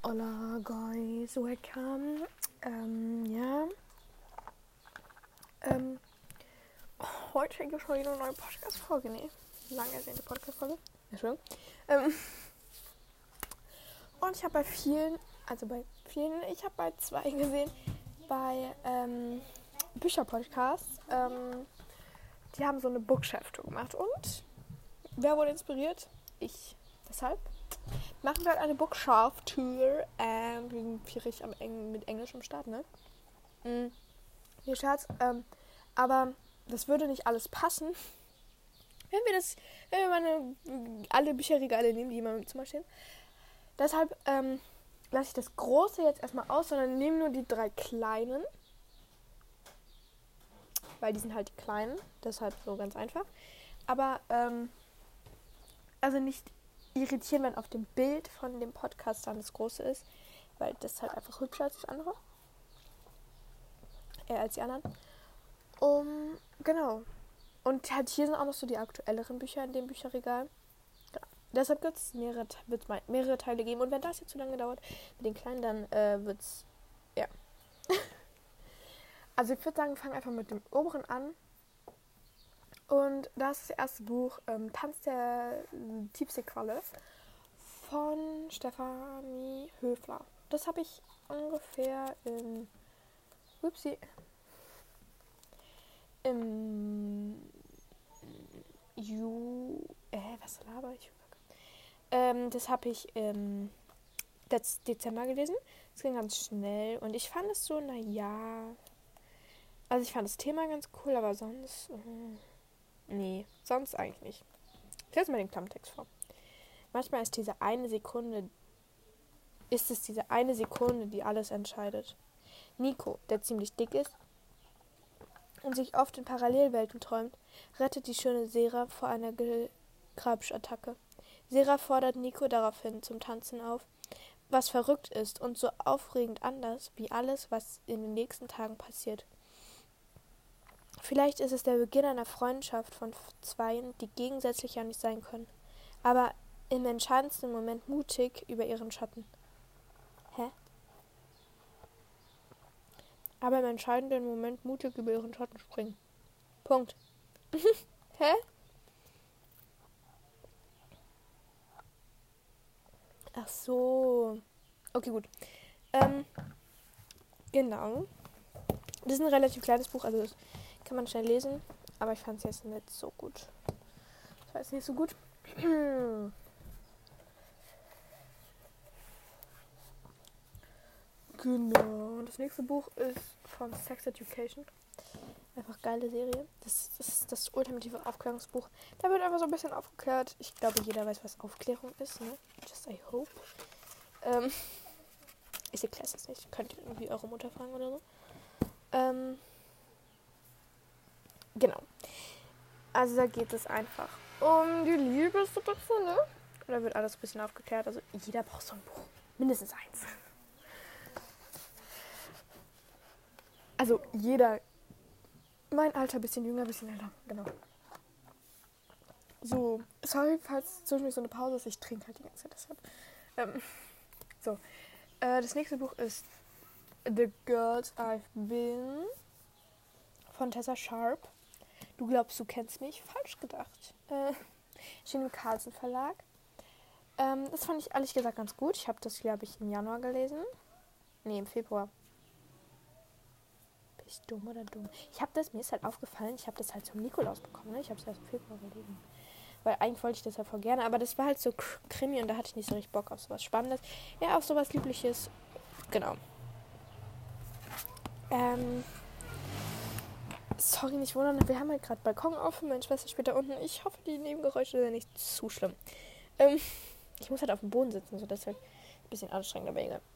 Hola guys, welcome. Ja. Heute gibt es schon wieder eine neue Podcast-Folge. Nee, lange ersehnte Podcast-Folge. Entschuldigung. Und ich habe ich habe bei zwei gesehen, bei Bücher-Podcasts. Die haben so eine Bookshelf-Tour gemacht. Und wer wurde inspiriert? Ich. Deshalb machen wir halt eine Bookshelf-Tour. Bin schwierig mit Englisch am Start, ne? Hier Scherz. Aber das würde nicht alles passen, wenn wir alle Bücherregale nehmen, die immer im Zimmer stehen. Deshalb lasse ich das Große jetzt erstmal aus, sondern nehme nur die 3 kleinen. Weil die sind halt die kleinen, deshalb so ganz einfach. Aber, also nicht irritieren, wenn auf dem Bild von dem Podcast dann das Große ist, weil das ist halt einfach hübscher als das andere. Als die anderen. Genau. Und halt hier sind auch noch so die aktuelleren Bücher in dem Bücherregal. Genau. Deshalb wird es mehrere Teile geben. Und wenn das jetzt zu lange dauert mit den kleinen, dann wird es, ja. Also ich würde sagen, wir fangen einfach mit dem oberen an. Und das ist das erste Buch, Tanz der Tiefseequalle von Stefanie Höfler. Das habe ich ungefähr was laber ich? Das habe ich im Dezember gelesen. Es ging ganz schnell und ich fand es so, also ich fand das Thema ganz cool, aber sonst, sonst eigentlich nicht. Ich lese mal den Klammtext vor. Manchmal ist es diese eine Sekunde, die alles entscheidet. Nico, der ziemlich dick ist und sich oft in Parallelwelten träumt, rettet die schöne Sera vor einer Grabschattacke. Sera fordert Nico daraufhin zum Tanzen auf, was verrückt ist und so aufregend anders wie alles, was in den nächsten Tagen passiert. Vielleicht ist es der Beginn einer Freundschaft von Zweien, die gegensätzlicher nicht sein können, aber im entscheidendsten Moment mutig über ihren Schatten. Aber im entscheidenden Moment mutig über ihren Schatten springen. Punkt. Hä? Ach so. Okay, gut. Genau. Das ist ein relativ kleines Buch, also das kann man schnell lesen, aber ich fand es jetzt nicht so gut. Das war jetzt nicht so gut. Genau. Und das nächste Buch ist von Sex Education. Einfach geile Serie. Das ist das ultimative Aufklärungsbuch. Da wird einfach so ein bisschen aufgeklärt. Ich glaube, jeder weiß, was Aufklärung ist, ne? Just I hope. Ich erkläre es jetzt nicht. Könnt ihr irgendwie eure Mutter fragen oder so. Genau. Also da geht es einfach um die Liebe, ist so besser, ne? Und da wird alles ein bisschen aufgeklärt. Also jeder braucht so ein Buch. Mindestens eins. Also jeder, mein Alter, bisschen jünger, bisschen älter, genau. So, sorry, falls zwischendurch so eine Pause ist, ich trinke halt die ganze Zeit deshalb. Das nächste Buch ist The Girls I've Been von Tessa Sharp. Du glaubst, du kennst mich? Falsch gedacht. Erschien im Carlsen Verlag. Das fand ich ehrlich gesagt ganz gut. Ich habe das, glaube ich, im Januar gelesen. Nee, im Februar. Bin ich dumm oder dumm? Mir ist halt aufgefallen, ich habe das halt zum Nikolaus bekommen. Ne? Ich habe es erst im Februar gelesen. Weil eigentlich wollte ich das ja voll gerne. Aber das war halt so Krimi und da hatte ich nicht so richtig Bock auf sowas Spannendes. Ja, auf sowas Liebliches. Genau. Sorry, nicht wundern, wir haben halt gerade Balkon offen, meine Schwester spielt da unten. Ich hoffe, die Nebengeräusche sind nicht zu schlimm. Ich muss halt auf dem Boden sitzen, so deshalb ein bisschen anstrengend, aber egal.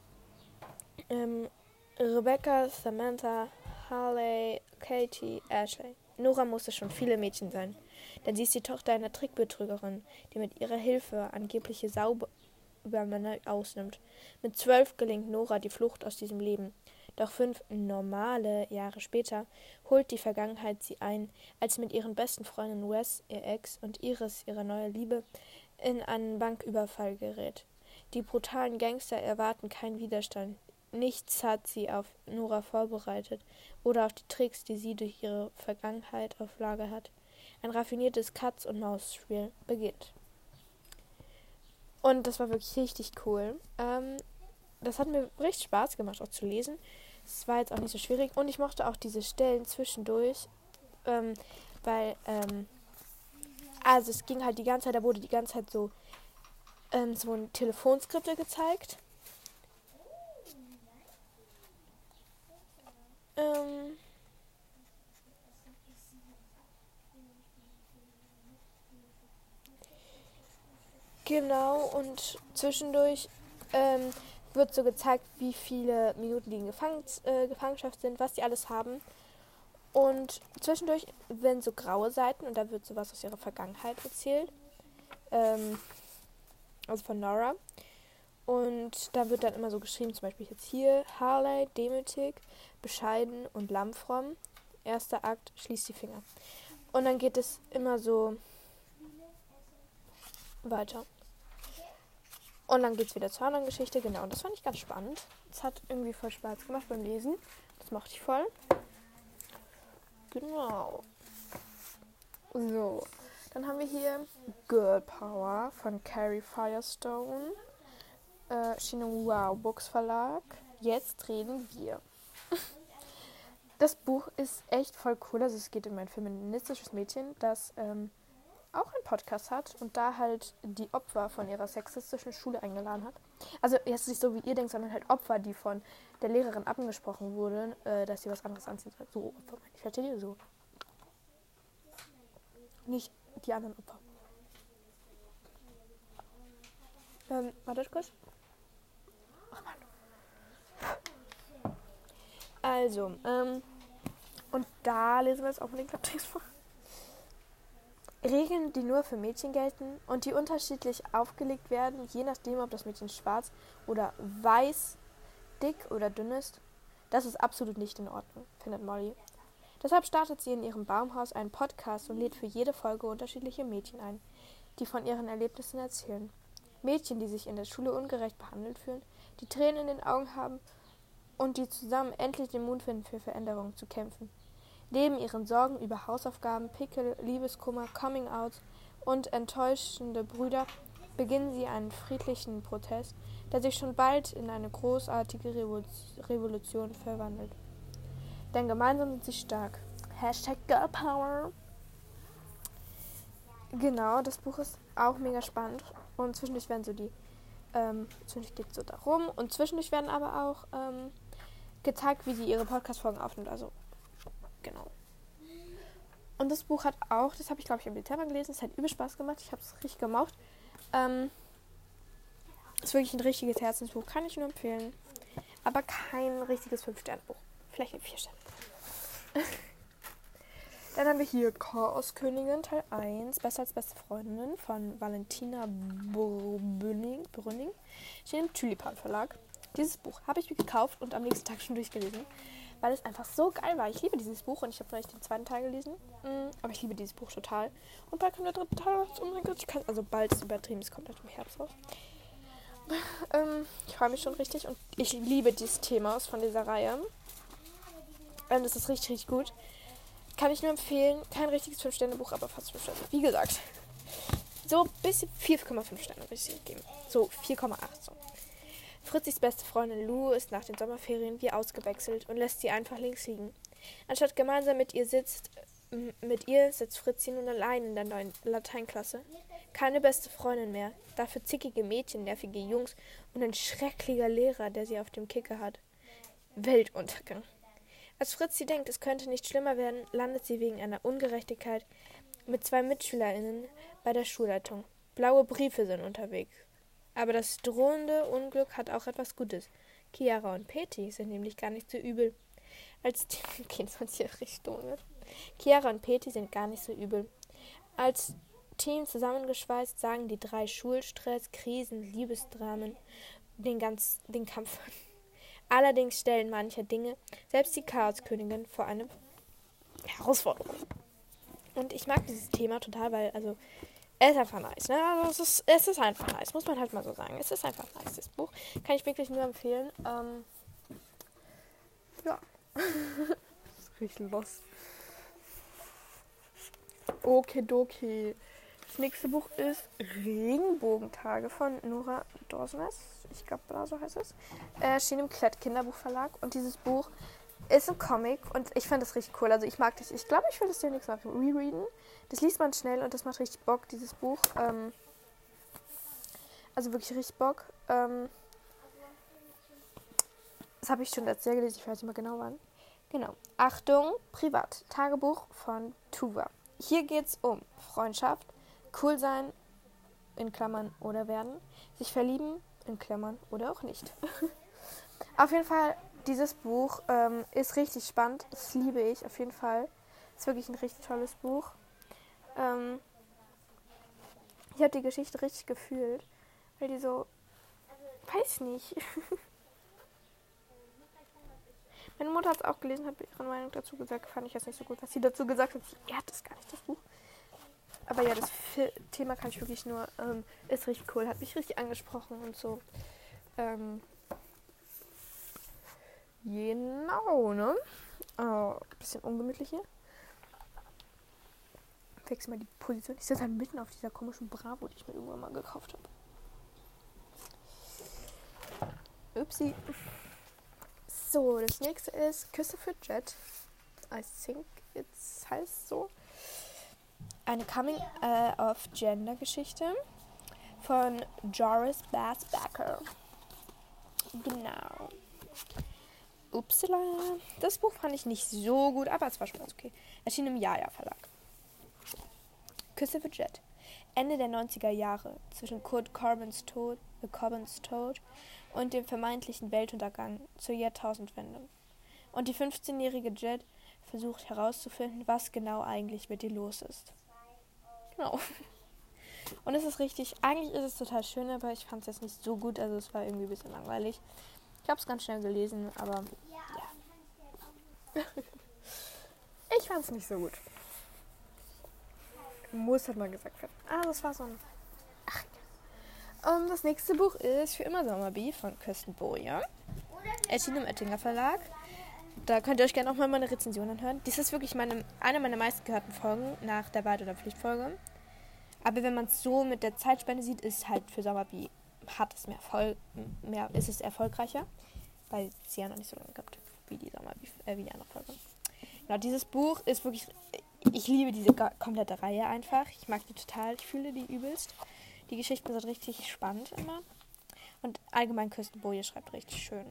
Rebecca, Samantha, Harley, Katie, Ashley. Nora musste schon viele Mädchen sein, denn sie ist die Tochter einer Trickbetrügerin, die mit ihrer Hilfe angebliche Saubermänner ausnimmt. Mit 12 gelingt Nora die Flucht aus diesem Leben. Doch 5 normale Jahre später holt die Vergangenheit sie ein, als sie mit ihren besten Freunden Wes, ihr Ex, und Iris, ihre neue Liebe, in einen Banküberfall gerät. Die brutalen Gangster erwarten keinen Widerstand. Nichts hat sie auf Nora vorbereitet oder auf die Tricks, die sie durch ihre Vergangenheit auf Lager hat. Ein raffiniertes Katz-und-Maus-Spiel beginnt. Und das war wirklich richtig cool. Das hat mir richtig Spaß gemacht, auch zu lesen. Es war jetzt auch nicht so schwierig. Und ich mochte auch diese Stellen zwischendurch, weil, also es ging halt die ganze Zeit, da wurde die ganze Zeit so ein Telefonskripte gezeigt. Genau, und zwischendurch wird so gezeigt, wie viele Minuten die in Gefangenschaft sind, was die alles haben. Und zwischendurch werden so graue Seiten und da wird sowas aus ihrer Vergangenheit erzählt. Also von Nora. Und da wird dann immer so geschrieben, zum Beispiel jetzt hier, Harley, demütig, bescheiden und lammfromm. Erster Akt, schließ die Finger. Und dann geht es immer so weiter. Und dann geht es wieder zur anderen Geschichte, genau. Und das fand ich ganz spannend. Es hat irgendwie voll Spaß gemacht beim Lesen. Das mochte ich voll. Genau. So, dann haben wir hier Girl Power von Carrie Firestone. Erschien im Wow Books Verlag. Jetzt reden wir. Das Buch ist echt voll cool. Also es geht um ein feministisches Mädchen, das auch einen Podcast hat und da halt die Opfer von ihrer sexistischen Schule eingeladen hat. Also jetzt nicht so, wie ihr denkt, sondern halt Opfer, die von der Lehrerin angesprochen wurden, dass sie was anderes anziehen soll. So Opfer, ich verstehe ihr so. Nicht die anderen Opfer. Warte kurz. Ach Mann. Also, und da lesen wir jetzt auch mal den Klapptext vor. Regeln, die nur für Mädchen gelten und die unterschiedlich aufgelegt werden, je nachdem, ob das Mädchen schwarz oder weiß, dick oder dünn ist, das ist absolut nicht in Ordnung, findet Molly. Deshalb startet sie in ihrem Baumhaus einen Podcast und lädt für jede Folge unterschiedliche Mädchen ein, die von ihren Erlebnissen erzählen. Mädchen, die sich in der Schule ungerecht behandelt fühlen, die Tränen in den Augen haben und die zusammen endlich den Mut finden, für Veränderungen zu kämpfen. Neben ihren Sorgen über Hausaufgaben, Pickel, Liebeskummer, Coming-outs und enttäuschende Brüder beginnen sie einen friedlichen Protest, der sich schon bald in eine großartige Revolution verwandelt. Denn gemeinsam sind sie stark. #Girlpower. Genau, das Buch ist auch mega spannend und zwischendurch werden so zwischendurch geht es so darum und zwischendurch werden aber auch gezeigt, wie sie ihre Podcast-Folgen aufnimmt, also genau. Und das Buch hat auch, das habe ich glaube ich im Dezember gelesen, es hat übel Spaß gemacht, ich habe es richtig gemocht. Ist wirklich ein richtiges Herzensbuch, kann ich nur empfehlen. Aber kein richtiges 5-Sterne-Buch. Vielleicht ein 4-Sterne. Dann haben wir hier Chaoskönigin Teil 1, Besser als beste Freundin von Valentina Brünning. Steht im Tulipan Verlag. Dieses Buch habe ich mir gekauft und am nächsten Tag schon durchgelesen, weil es einfach so geil war. Ich liebe dieses Buch und ich habe noch nicht den zweiten Teil gelesen. Aber ich liebe dieses Buch total. Und bald kommt der dritte Teil raus. Oh mein Gott, also bald ist übertrieben, es kommt halt im Herbst raus. Ich freue mich schon richtig und ich liebe dieses Thema von dieser Reihe. Das ist richtig, richtig gut. Kann ich nur empfehlen. Kein richtiges 5-Sterne-Buch, aber fast 5 Sterne. Wie gesagt, so bis 4,5 Sterne würde ich geben. So 4,8 so. Fritzis beste Freundin Lou ist nach den Sommerferien wie ausgewechselt und lässt sie einfach links liegen. Anstatt gemeinsam mit ihr sitzt Fritzi nun allein in der neuen Lateinklasse. Keine beste Freundin mehr, dafür zickige Mädchen, nervige Jungs und ein schrecklicher Lehrer, der sie auf dem Kicker hat. Weltuntergang. Als Fritzi denkt, es könnte nicht schlimmer werden, landet sie wegen einer Ungerechtigkeit mit 2 MitschülerInnen bei der Schulleitung. Blaue Briefe sind unterwegs. Aber das drohende Unglück hat auch etwas Gutes. Chiara und Peti sind nämlich gar nicht so übel. Chiara und Peti sind gar nicht so übel. Als Team zusammengeschweißt sagen die 3 Schulstress, Krisen, Liebesdramen den Kampf. Allerdings stellen manche Dinge selbst die Chaoskönigin vor eine Herausforderung. Und ich mag dieses Thema total, weil, also, Es ist einfach nice, ne? Also es ist einfach nice, muss man halt mal so sagen. Es ist einfach nice, das Buch. Kann ich wirklich nur empfehlen. Ja. Das ist richtig los. Okidoki. Das nächste Buch ist Regenbogentage von Nora Dorsnes. Ich glaube, so heißt es. Erschien im Klett Kinderbuchverlag. Und dieses Buch ist ein Comic und ich fand das richtig cool. Also ich mag das. Ich glaube, ich will das demnächst mal rereaden. Das liest man schnell und das macht richtig Bock, dieses Buch. Also wirklich richtig Bock. Das habe ich schon als sehr gelesen. Ich weiß nicht mehr genau wann. Genau. Achtung, privat. Tagebuch von Tuva. Hier geht es um Freundschaft, cool sein, in Klammern oder werden, sich verlieben, in Klammern oder auch nicht. Auf jeden Fall, dieses Buch ist richtig spannend. Das liebe ich auf jeden Fall. Ist wirklich ein richtig tolles Buch. Ich habe die Geschichte richtig gefühlt, weil die so, weiß nicht. Meine Mutter hat es auch gelesen, hat ihre Meinung dazu gesagt, fand ich jetzt nicht so gut, was sie dazu gesagt hat. Sie ehrt es gar nicht, das Buch. Aber ja, das Thema kann ich wirklich nur, ist richtig cool, hat mich richtig angesprochen und so. Genau, ne? Oh, bisschen ungemütlich hier. Wechsel mal die Position. Ich sitze halt mitten auf dieser komischen Bravo, die ich mir irgendwann mal gekauft habe. Upsi. So, das nächste ist Küsse für Jet. I think it's heißt so. Eine Coming-of-Gender-Geschichte von Joris Bassbacker. Genau. Upsala. Das Buch fand ich nicht so gut, aber es war schon ganz okay. Erschien im Jaja Verlag. Küsse für Jet. Ende der 90er Jahre, zwischen Kurt Cobains Tod und dem vermeintlichen Weltuntergang zur Jahrtausendwende. Und die 15-jährige Jet versucht herauszufinden, was genau eigentlich mit ihr los ist. Genau. Und es ist richtig, eigentlich ist es total schön, aber ich fand es jetzt nicht so gut, also es war irgendwie ein bisschen langweilig. Ich habe es ganz schnell gelesen, aber ja. Ich fand es nicht so gut. Muss halt mal gesagt werden. Das war so ein... das nächste Buch ist Für immer Sommerbee von Kirsten Boje. Erschien im Oettinger Verlag. Da könnt ihr euch gerne auch mal meine Rezension anhören. Dies ist wirklich eine meiner meistgehörten Folgen nach der Wahl- oder Pflichtfolge. Aber wenn man es so mit der Zeitspanne sieht, ist halt für Sommerbee ist es erfolgreicher, weil es ja noch nicht so lange gibt wie die wie die andere Folge. Genau, dieses Buch ist wirklich, ich liebe diese komplette Reihe einfach. Ich mag die total, ich fühle die übelst. Die Geschichten sind richtig spannend immer. Und allgemein Kirsten Boje schreibt richtig schön.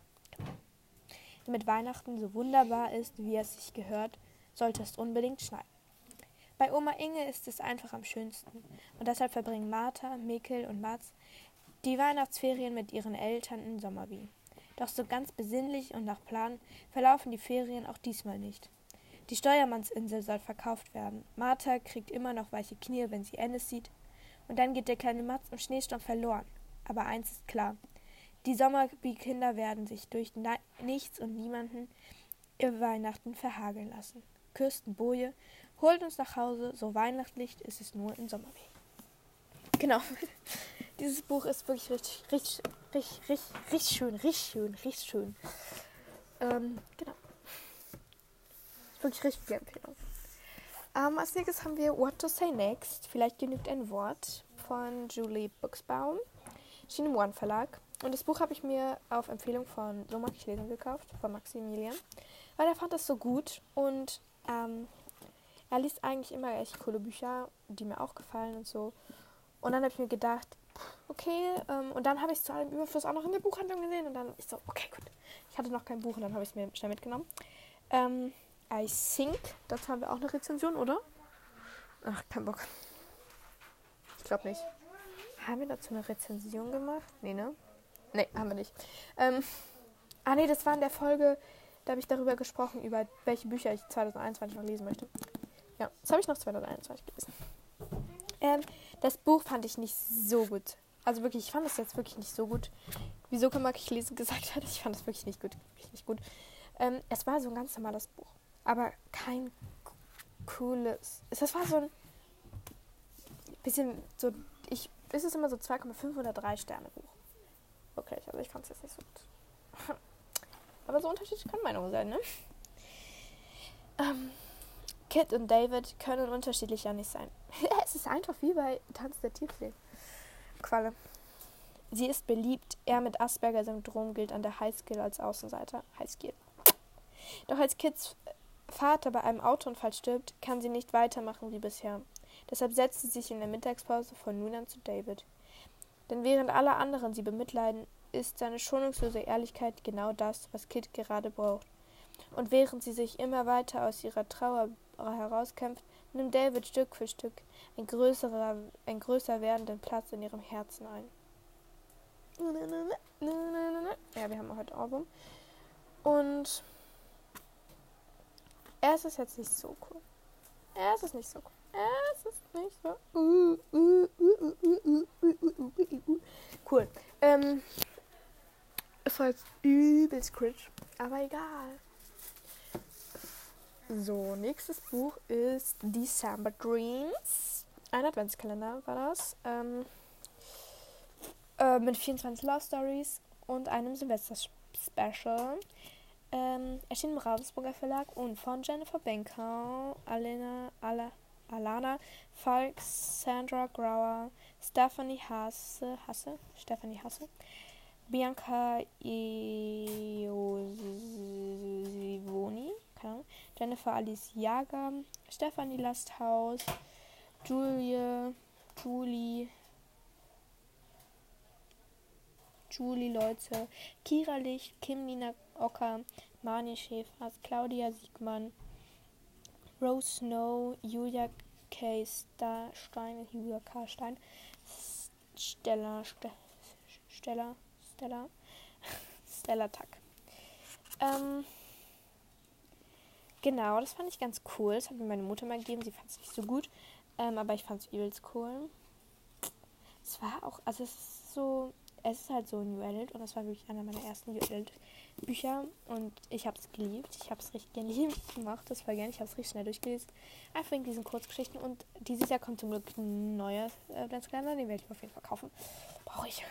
Damit Weihnachten so wunderbar ist, wie es sich gehört, sollte es unbedingt schneien. Bei Oma Inge ist es einfach am schönsten und deshalb verbringen Martha, Mikkel und Mats die Weihnachtsferien mit ihren Eltern in Sommerbee. Doch so ganz besinnlich und nach Plan verlaufen die Ferien auch diesmal nicht. Die Steuermannsinsel soll verkauft werden. Martha kriegt immer noch weiche Knie, wenn sie Ennis sieht. Und dann geht der kleine Mats im Schneesturm verloren. Aber eins ist klar. Die Sommerbee-Kinder werden sich durch nichts und niemanden ihr Weihnachten verhageln lassen. Kirsten Boje holt uns nach Hause, so weihnachtlich ist es nur in Sommerbee. Genau. Dieses Buch ist wirklich richtig schön. Genau. Wirklich richtig Empfehlung. Als nächstes haben wir What to Say Next. Vielleicht genügt ein Wort von Julie Buxbaum. Erschien im One Verlag. Und das Buch habe ich mir auf Empfehlung von So mag ich lesen gekauft, von Maximilian. Weil er fand das so gut und er liest eigentlich immer echt coole Bücher, die mir auch gefallen und so. Und dann habe ich mir gedacht, okay, und dann habe ich es zu allem Überfluss auch noch in der Buchhandlung gesehen und dann ich so, okay, gut. Ich hatte noch kein Buch und dann habe ich es mir schnell mitgenommen. I think, dazu haben wir auch eine Rezension, oder? Ach, kein Bock. Ich glaube nicht. Haben wir dazu eine Rezension gemacht? Nee, ne? Nee, haben wir nicht. Nee, das war in der Folge, da habe ich darüber gesprochen, über welche Bücher ich 2021 noch lesen möchte. Ja, das habe ich noch 2021 gelesen. Das Buch fand ich nicht so gut. Also wirklich, ich fand es jetzt wirklich nicht so gut. Wie So mag ich lesen gesagt hat, ich fand es wirklich nicht gut. Es war so ein ganz normales Buch. Aber kein cooles. Das war so ein... bisschen so, ist es immer so 2,5 oder 3 Sterne Buch. Okay, also ich fand es jetzt nicht so gut. Aber so unterschiedlich kann Meinungen sein, ne? Kit und David können unterschiedlicher nicht sein. Es ist einfach wie bei Tanz der Tierfee. Qualle. Sie ist beliebt, er mit Asperger-Syndrom gilt an der Highschool als Außenseiter. Highschool. Doch als Kits Vater bei einem Autounfall stirbt, kann sie nicht weitermachen wie bisher. Deshalb setzt sie sich in der Mittagspause von nun an zu David. Denn während alle anderen sie bemitleiden, ist seine schonungslose Ehrlichkeit genau das, was Kit gerade braucht. Und während sie sich immer weiter aus ihrer Trauer herauskämpft, nimmt David Stück für Stück einen größer werdenden Platz in ihrem Herzen ein. Ja, wir haben heute ein Album. Und es ist jetzt nicht so cool. Es ist nicht so cool. Es war jetzt übelst cringe, aber egal. So, nächstes Buch ist December Dreams. Ein Adventskalender war das. Mit 24 Love Stories und einem Silvester-Special. Erschien im Ravensburger Verlag und von Jennifer Benker, Alana Falk, Sandra Grauer, Stephanie Hasse, Bianca Iosivoni, Jennifer Alice Jager, Stephanie Lasthaus, Julie Leutze, Kira Licht, Kim Nina Ocker, Mani Schäfers, Claudia Siegmann, Rose Snow, Julia K. Stein, Stella Tack. Genau, das fand ich ganz cool. Das hat mir meine Mutter mal gegeben. Sie fand es nicht so gut, aber ich fand es übelst cool. Es war auch, also es ist halt so New Adult und das war wirklich einer meiner ersten New Adult Bücher und ich habe es geliebt. Ich habe es richtig gerne gemacht. Das war gerne. Ich habe es richtig schnell durchgelesen. Einfach wegen diesen Kurzgeschichten und dieses Jahr kommt zum Glück ein neuer Adventskalender. Den werde ich auf jeden Fall kaufen. Brauche ich.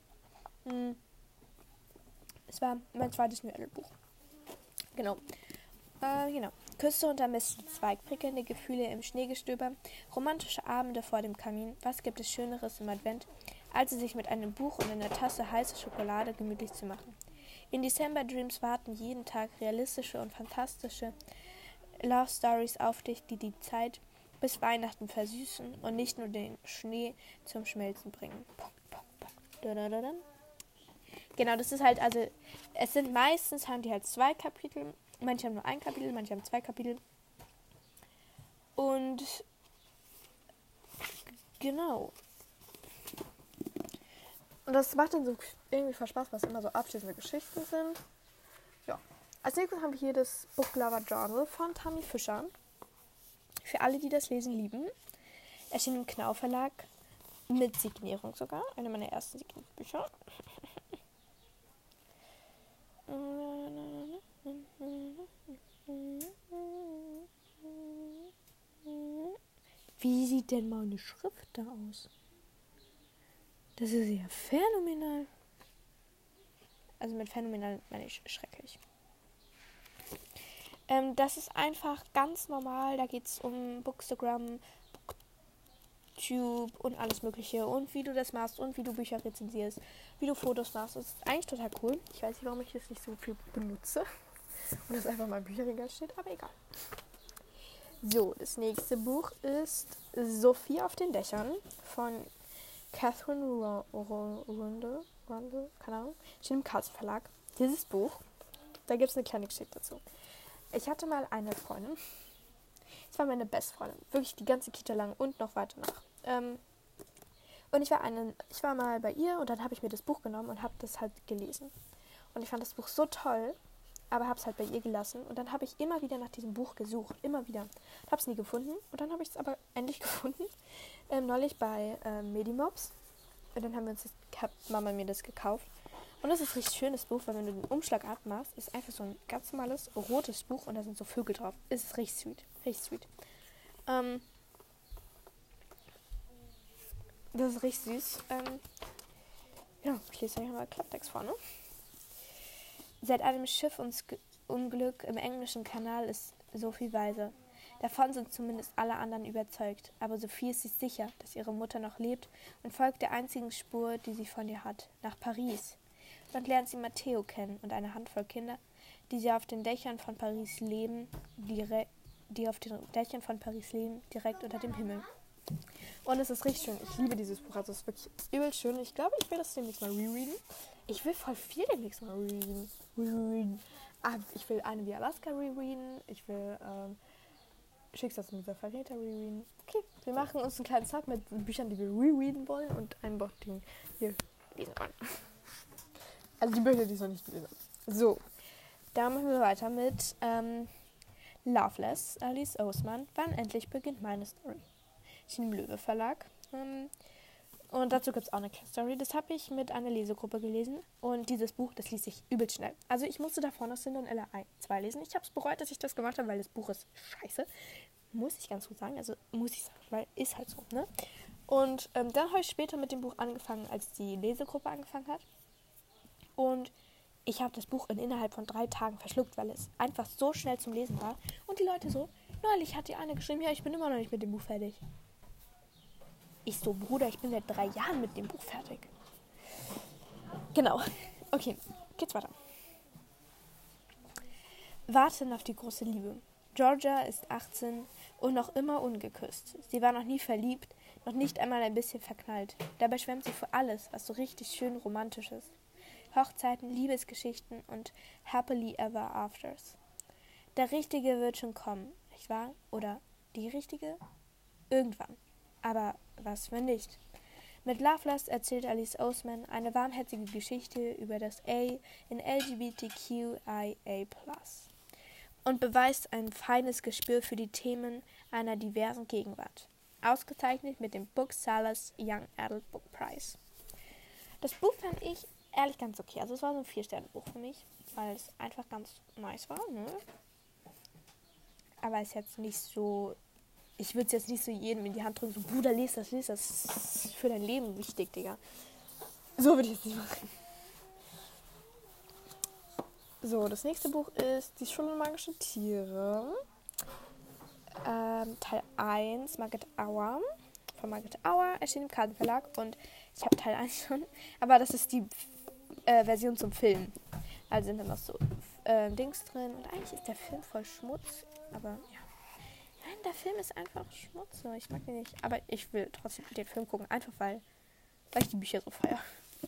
Es war mein zweites New Adult Buch. Genau. Küsse unter Mistel, Zweig, prickelnde Gefühle im Schneegestöber, romantische Abende vor dem Kamin. Was gibt es Schöneres im Advent, als sich mit einem Buch und einer Tasse heiße Schokolade gemütlich zu machen? In December Dreams warten jeden Tag realistische und fantastische Love Stories auf dich, die die Zeit bis Weihnachten versüßen und nicht nur den Schnee zum Schmelzen bringen. Genau, das ist halt, also, es sind meistens, haben die halt 2 Kapitel. Manche haben nur 1 Kapitel, manche haben 2 Kapitel. Und genau. Und das macht dann so irgendwie voll Spaß, was immer so abschließende Geschichten sind. Ja. Als nächstes haben wir hier das Book Lover Journal von Tammy Fischer. Für alle, die das Lesen lieben. Erschien im Knauf Verlag mit Signierung sogar. Eine meiner ersten Signierungsbücher. Wie sieht denn meine Schrift da aus? Das ist ja phänomenal. Also mit phänomenal meine ich schrecklich. Das ist einfach ganz normal. Da geht es um Bookstagram, Booktube und alles mögliche. Und wie du das machst und wie du Bücher rezensierst, wie du Fotos machst. Das ist eigentlich total cool. Ich weiß nicht, warum ich das nicht so viel benutze. Und das einfach mal im Bücherregal steht, aber egal. So, das nächste Buch ist Sophie auf den Dächern von Catherine Rundle, keine Ahnung, steht im Carlsen Verlag. Dieses Buch, da gibt es eine kleine Geschichte dazu. Ich hatte mal eine Freundin, das war meine Bestfreundin, wirklich die ganze Kita lang und noch weiter nach. Und ich war mal bei ihr und dann habe ich mir das Buch genommen und habe das halt gelesen. Und ich fand das Buch so toll, aber habe es halt bei ihr gelassen. Und dann habe ich immer wieder nach diesem Buch gesucht, immer wieder. Habe es nie gefunden und dann habe ich es aber endlich gefunden, neulich bei Medimobs. Und dann hat Mama mir das gekauft. Und das ist ein richtig schönes Buch, weil wenn du den Umschlag abmachst, ist einfach so ein ganz normales rotes Buch und da sind so Vögel drauf. Es ist richtig sweet, richtig sweet. Das ist richtig süß. Ja, ich lese euch mal Klapptext vor, ne? Seit einem Schiffunglück im englischen Kanal ist Sophie weise. Davon sind zumindest alle anderen überzeugt. Aber Sophie ist sich sicher, dass ihre Mutter noch lebt und folgt der einzigen Spur, die sie von ihr hat, nach Paris. Dort lernt sie Matteo kennen und eine Handvoll Kinder, die auf den Dächern von Paris leben, direkt unter dem Himmel. Und es ist richtig schön. Ich liebe dieses Buch. Also es ist wirklich übel schön. Ich glaube, ich will das demnächst mal rereaden. Ich will voll viel demnächst mal rereaden. Ich will eine wie Alaska rereaden. Ich will Schicksalsmutter Verräter rereaden. Okay, wir machen uns einen kleinen Tag mit Büchern, die wir rereaden wollen und einen Buch, den wir lesen wollen. Also die Bücher, die ich noch nicht gelesen habe. So, da machen wir weiter mit Loveless, Alice Oseman. Wann endlich beginnt meine Story? Im Löwe Verlag. Und dazu gibt es auch eine Story. Das habe ich mit einer Lesegruppe gelesen. Und dieses Buch, das liest sich übel schnell. Also ich musste davor noch Cinderella 2 lesen. Ich habe es bereut, dass ich das gemacht habe, weil das Buch ist scheiße. Muss ich ganz gut sagen. Also muss ich sagen, weil ist halt so, ne? Und dann habe ich später mit dem Buch angefangen, als die Lesegruppe angefangen hat. Und ich habe das Buch innerhalb von 3 Tagen verschluckt, weil es einfach so schnell zum Lesen war. Und die Leute so, neulich hat die eine geschrieben, ja, ich bin immer noch nicht mit dem Buch fertig. Ich so, Bruder, ich bin seit 3 Jahren mit dem Buch fertig. Genau. Okay, geht's weiter. Warten auf die große Liebe. Georgia ist 18 und noch immer ungeküsst. Sie war noch nie verliebt, noch nicht einmal ein bisschen verknallt. Dabei schwärmt sie für alles, was so richtig schön romantisch ist. Hochzeiten, Liebesgeschichten und Happily Ever Afters. Der Richtige wird schon kommen, nicht wahr? Oder die Richtige? Irgendwann. Aber was, wenn nicht? Mit Loveless erzählt Alice Oseman eine warmherzige Geschichte über das A in LGBTQIA+ und beweist ein feines Gespür für die Themen einer diversen Gegenwart. Ausgezeichnet mit dem Booksellers Young Adult Book Prize. Das Buch fand ich ehrlich ganz okay. Also es war so ein 4-Sterne-Buch für mich, weil es einfach ganz nice war, ne? Aber es ist jetzt nicht so... Ich würde es jetzt nicht so jedem in die Hand drücken, so, Bruder, lies das ist für dein Leben wichtig, Digga. So würde ich es nicht machen. So, das nächste Buch ist Die Schule magische Tiere. Teil 1, Margaret Auer. Von Margaret Auer, erschien im Kartenverlag. Und ich habe Teil 1 schon. Aber das ist die Version zum Film. Also sind dann noch so Dings drin. Und eigentlich ist der Film voll Schmutz. Aber ja. Nein, der Film ist einfach Schmutz. Ich mag den nicht. Aber ich will trotzdem den Film gucken. Einfach weil ich die Bücher so feiere.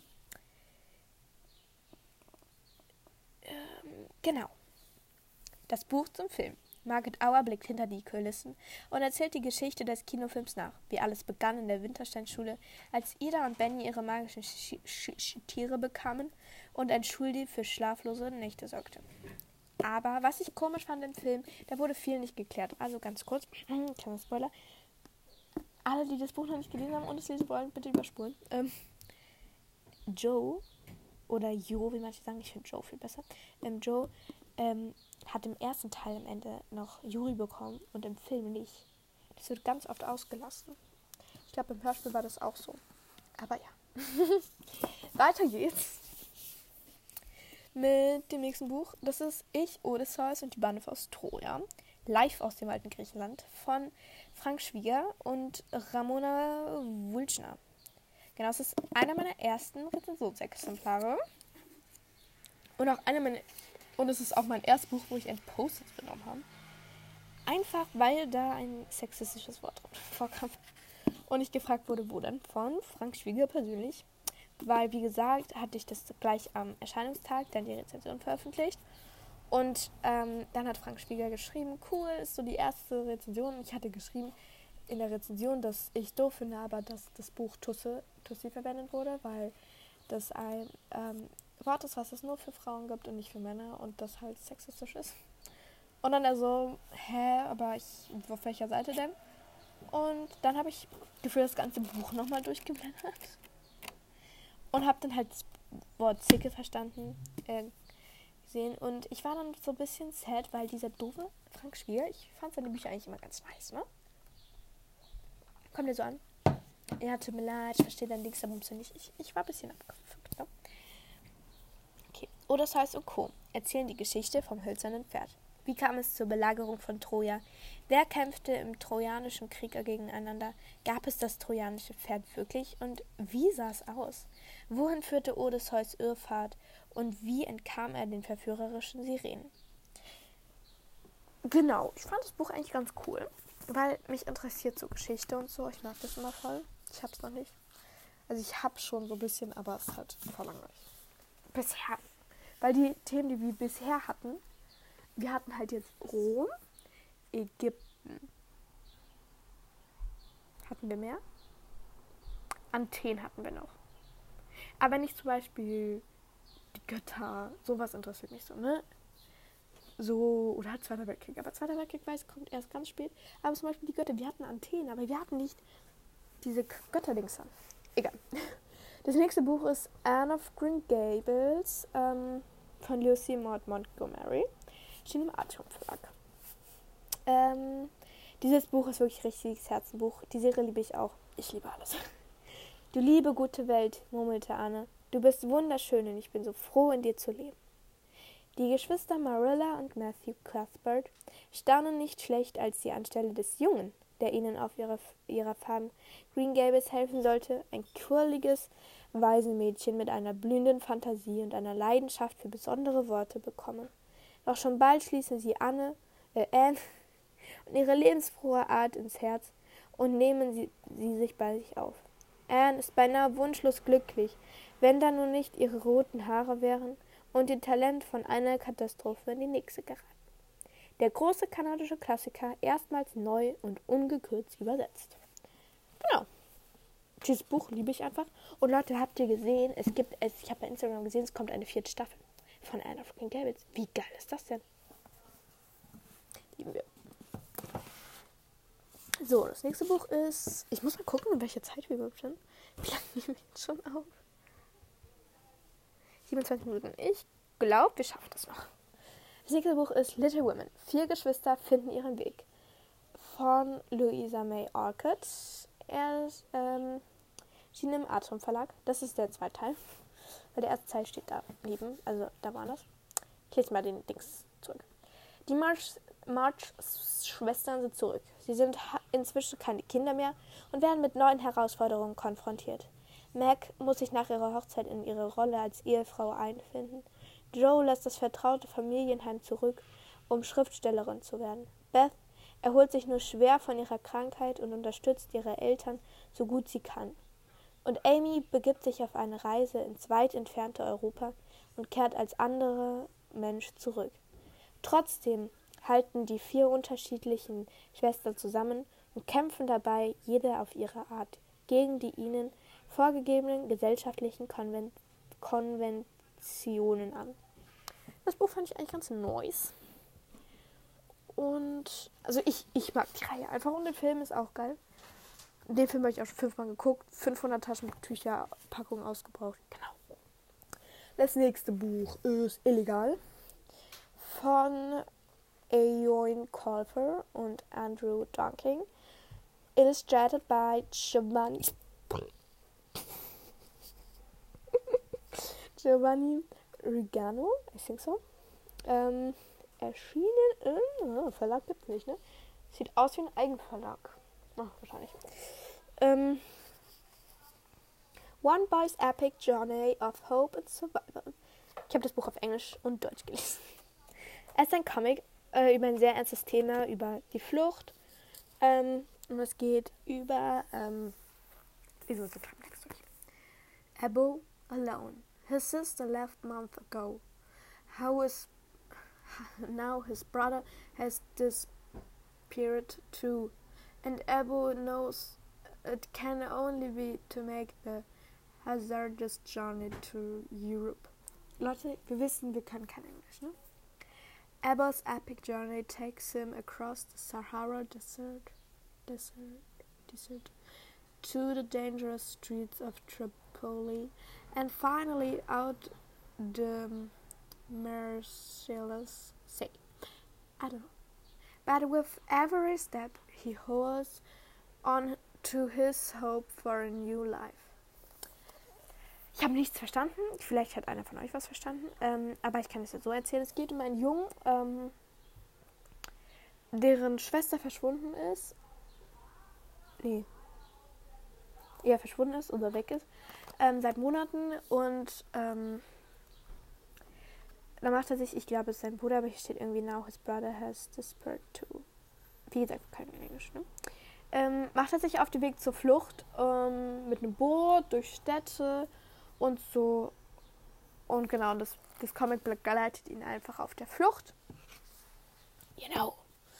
Genau. Das Buch zum Film. Margaret Auer blickt hinter die Kulissen und erzählt die Geschichte des Kinofilms nach, wie alles begann in der Wintersteinschule, als Ida und Benny ihre magischen Tiere bekamen und ein Schuldienst für schlaflose Nächte sorgte. Aber was ich komisch fand im Film, da wurde viel nicht geklärt. Also ganz kurz, kleiner Spoiler. Alle, die das Buch noch nicht gelesen haben und es lesen wollen, bitte überspulen. Joe oder Jo, wie manche sagen, ich finde Joe viel besser. Joe hat im ersten Teil am Ende noch Yuri bekommen und im Film nicht. Das wird ganz oft ausgelassen. Ich glaube, im Hörspiel war das auch so. Aber ja. Weiter geht's mit dem nächsten Buch. Das ist Ich, Odysseus und die Bande aus Troja. Live aus dem alten Griechenland von Frank Schwieger und Ramona Wulschner. Genau, es ist einer meiner ersten Rezensionsexemplare. Und es ist auch mein erstes Buch, wo ich ein Post-it genommen habe. Einfach, weil da ein sexistisches Wort vorkam. Und ich gefragt wurde, wo denn? Von Frank Schwieger persönlich. Weil, wie gesagt, hatte ich das gleich am Erscheinungstag dann die Rezension veröffentlicht. Und dann hat Frank Schwieger geschrieben, cool, ist so die erste Rezension. Ich hatte geschrieben in der Rezension, dass ich doof finde, aber dass das Buch Tussi verwendet wurde, weil das ein Wort ist, was es nur für Frauen gibt und nicht für Männer und das halt sexistisch ist. Und dann er so, aber auf welcher Seite denn? Und dann habe ich gefühlt das ganze Buch nochmal durchgeblättert und habe dann halt das Wort Zicke verstanden, gesehen. Und ich war dann so ein bisschen sad, weil dieser doofe Frank Schwier, ich fand seine Bücher eigentlich immer ganz nice, ne? Kommt dir so an? Ja, tut mir leid, ich verstehe dein Linksabumse nicht. Ich war ein bisschen abgefuckt, ne? Okay. Odysseus und Co. erzählen die Geschichte vom hölzernen Pferd. Wie kam es zur Belagerung von Troja? Wer kämpfte im Trojanischen Krieg gegeneinander? Gab es das trojanische Pferd wirklich? Und wie sah es aus? Wohin führte Odysseus Irrfahrt? Und wie entkam er den verführerischen Sirenen? Genau, ich fand das Buch eigentlich ganz cool, weil mich interessiert so Geschichte und so. Ich mag das immer voll. Ich hab's noch nicht. Also ich hab's schon so ein bisschen, aber es ist halt voll langweilig. Bisher. Weil die Themen, die wir bisher hatten, wir hatten halt jetzt Rom, Ägypten. Hatten wir mehr? Athen hatten wir noch. Aber nicht zum Beispiel die Götter. Sowas interessiert mich so, ne? So, oder halt Zweiter Weltkrieg. Aber Zweiter Weltkrieg, weiß, kommt erst ganz spät. Aber zum Beispiel die Götter, wir hatten Athen, aber wir hatten nicht diese Götterdings an. Egal. Das nächste Buch ist Anne of Green Gables von Lucy Maud Montgomery. Steht im Atrium Verlag. Dieses Buch ist wirklich ein richtiges Herzenbuch. Die Serie liebe ich auch. Ich liebe alles. Du liebe, gute Welt, murmelte Anne. Du bist wunderschön und ich bin so froh, in dir zu leben. Die Geschwister Marilla und Matthew Cuthbert staunen nicht schlecht, als sie anstelle des Jungen, der ihnen auf ihrer Farm Green Gables helfen sollte, ein quirliges Waisenmädchen mit einer blühenden Fantasie und einer Leidenschaft für besondere Worte bekommen. Doch schon bald schließen sie Anne und ihre lebensfrohe Art ins Herz und nehmen sie sich bei sich auf. Anne ist beinahe wunschlos glücklich, wenn da nun nicht ihre roten Haare wären und ihr Talent von einer Katastrophe in die nächste geraten. Der große kanadische Klassiker erstmals neu und ungekürzt übersetzt. Genau. Dieses Buch liebe ich einfach. Und Leute, habt ihr gesehen, ich habe bei Instagram gesehen, es kommt eine 4. Staffel von Anne of Green Gables. Wie geil ist das denn? Lieben wir. So, das nächste Buch ist, ich muss mal gucken, in welcher Zeit wir überhaupt sind. Wie lange nehmen wir jetzt schon auf? 27 Minuten. Ich glaube, wir schaffen das noch. Das nächste Buch ist Little Women. 4 Geschwister finden ihren Weg. Von Louisa May Alcott. Er ist, schien im Atrium Verlag. Das ist der zweite Teil. Weil der erste Teil steht da neben. Also da war das. Ich lese mal den Dings zurück. Die March-Schwestern sind zurück. Sie sind inzwischen keine Kinder mehr und werden mit neuen Herausforderungen konfrontiert. Meg muss sich nach ihrer Hochzeit in ihre Rolle als Ehefrau einfinden. Joe lässt das vertraute Familienheim zurück, um Schriftstellerin zu werden. Beth erholt sich nur schwer von ihrer Krankheit und unterstützt ihre Eltern so gut sie kann. Und Amy begibt sich auf eine Reise ins weit entfernte Europa und kehrt als anderer Mensch zurück. Trotzdem halten die 4 unterschiedlichen Schwestern zusammen und kämpfen dabei, jede auf ihre Art, gegen die ihnen vorgegebenen gesellschaftlichen Konventionen an. Das Buch fand ich eigentlich ganz nice. Und, also ich mag die Reihe einfach und der Film ist auch geil. Den Film habe ich auch schon 5-mal geguckt. 500 Taschentücher, Packung ausgebraucht. Genau. Das nächste Buch ist Illegal. Von Eoin Colfer und Andrew Dunking. Illustrated by Giovanni Rigano, I think so. Erschienen in Verlag gibt's nicht, ne? Sieht aus wie ein Eigenverlag. Ach, wahrscheinlich. One Boy's Epic Journey of Hope and Survival. Ich habe das Buch auf Englisch und Deutsch gelesen. Es ist ein Comic über ein sehr ernstes Thema, über die Flucht. Und es geht über wieso ist der Text durch? Ebo alone. His sister left months ago. Now his brother has disappeared too. And Ebo knows it can only be to make the hazardous journey to Europe. Leute, wir wissen, wir können kein Englisch, ne? Ebo's epic journey takes him across the Sahara Desert to the dangerous streets of Tripoli and finally out the merciless sea. I don't know. But with every step he holds on to his hope for a new life. Ich habe nichts verstanden. Vielleicht hat einer von euch was verstanden. Aber ich kann es jetzt so erzählen. Es geht um einen Jungen, deren Schwester verschwunden ist. Verschwunden ist oder weg ist. Seit Monaten. Und dann macht er sich, ich glaube, es ist sein Bruder, aber hier steht irgendwie now his brother has disappeared too. Wie gesagt, kein Englisch, ne? Macht er sich auf den Weg zur Flucht mit einem Boot durch Städte und so. Und genau, das Comic begleitet ihn einfach auf der Flucht. Genau.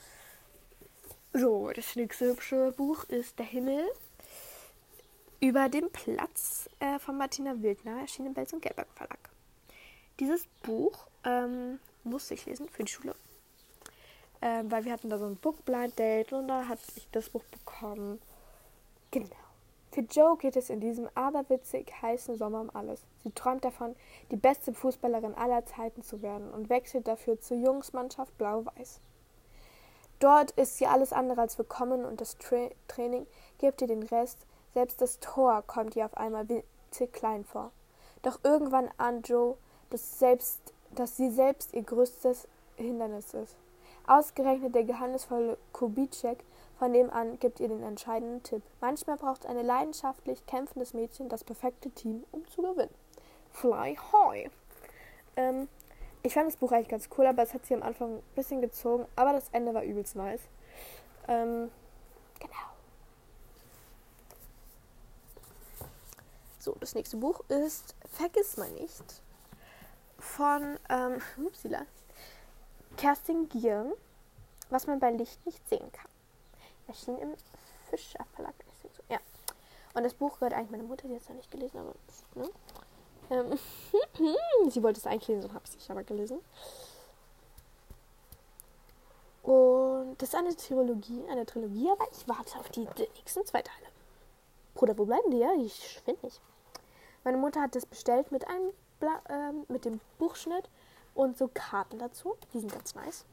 So, das nächste hübsche Buch ist Der Himmel über dem Platz von Martina Wildner, erschienen im Belz und Gelberg Verlag. Dieses Buch musste ich lesen für die Schule. Weil wir hatten da so ein Book-Blind-Date und da hatte ich das Buch bekommen. Genau. Für Joe geht es in diesem aberwitzig heißen Sommer um alles. Sie träumt davon, die beste Fußballerin aller Zeiten zu werden und wechselt dafür zur Jungsmannschaft Blau-Weiß. Dort ist sie alles andere als willkommen und das Training gibt ihr den Rest. Selbst das Tor kommt ihr auf einmal winzig klein vor. Doch irgendwann ahnt Joe, dass sie selbst ihr größtes Hindernis ist. Ausgerechnet der geheimnisvolle Kubitschek von nebenan gibt ihr den entscheidenden Tipp. Manchmal braucht eine leidenschaftlich kämpfendes Mädchen das perfekte Team, um zu gewinnen. Fly high. Ich fand das Buch eigentlich ganz cool, aber es hat sie am Anfang ein bisschen gezogen, aber das Ende war übelst nice. Genau. So, das nächste Buch ist Vergiss mal nicht von Kerstin Gier, was man bei Licht nicht sehen kann. Erschien im Fischer Verlag. Ja. Und das Buch gehört eigentlich meiner Mutter, die hat es noch nicht gelesen, aber ne? Sie wollte es eigentlich lesen und habe es nicht aber gelesen. Und das ist eine Trilogie, aber ich warte auf die nächsten 2 Teile. Bruder, wo bleiben die? Ja, die schwinden nicht. Meine Mutter hat das bestellt mit dem Buchschnitt und so Karten dazu. Die sind ganz nice.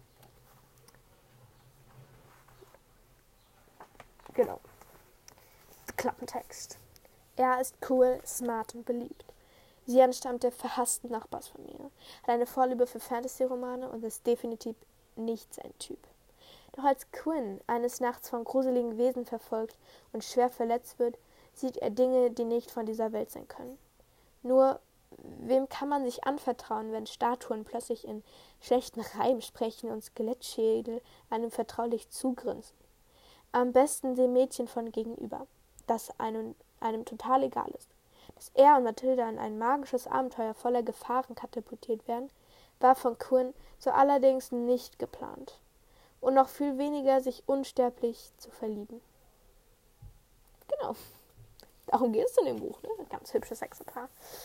Genau. Klappentext. Er ist cool, smart und beliebt. Sie entstammt der verhassten Nachbarsfamilie, hat eine Vorliebe für Fantasy-Romane und ist definitiv nicht sein Typ. Doch als Quinn eines Nachts von gruseligen Wesen verfolgt und schwer verletzt wird, sieht er Dinge, die nicht von dieser Welt sein können. Nur, wem kann man sich anvertrauen, wenn Statuen plötzlich in schlechten Reim sprechen und Skelettschädel einem vertraulich zugrinsen? Am besten dem Mädchen von gegenüber, das einem total egal ist. Dass er und Mathilda in ein magisches Abenteuer voller Gefahren katapultiert werden, war von Quinn so allerdings nicht geplant. Und noch viel weniger, sich unsterblich zu verlieben. Genau. Darum geht es in dem Buch, ne? Ein ganz hübsches Exemplar.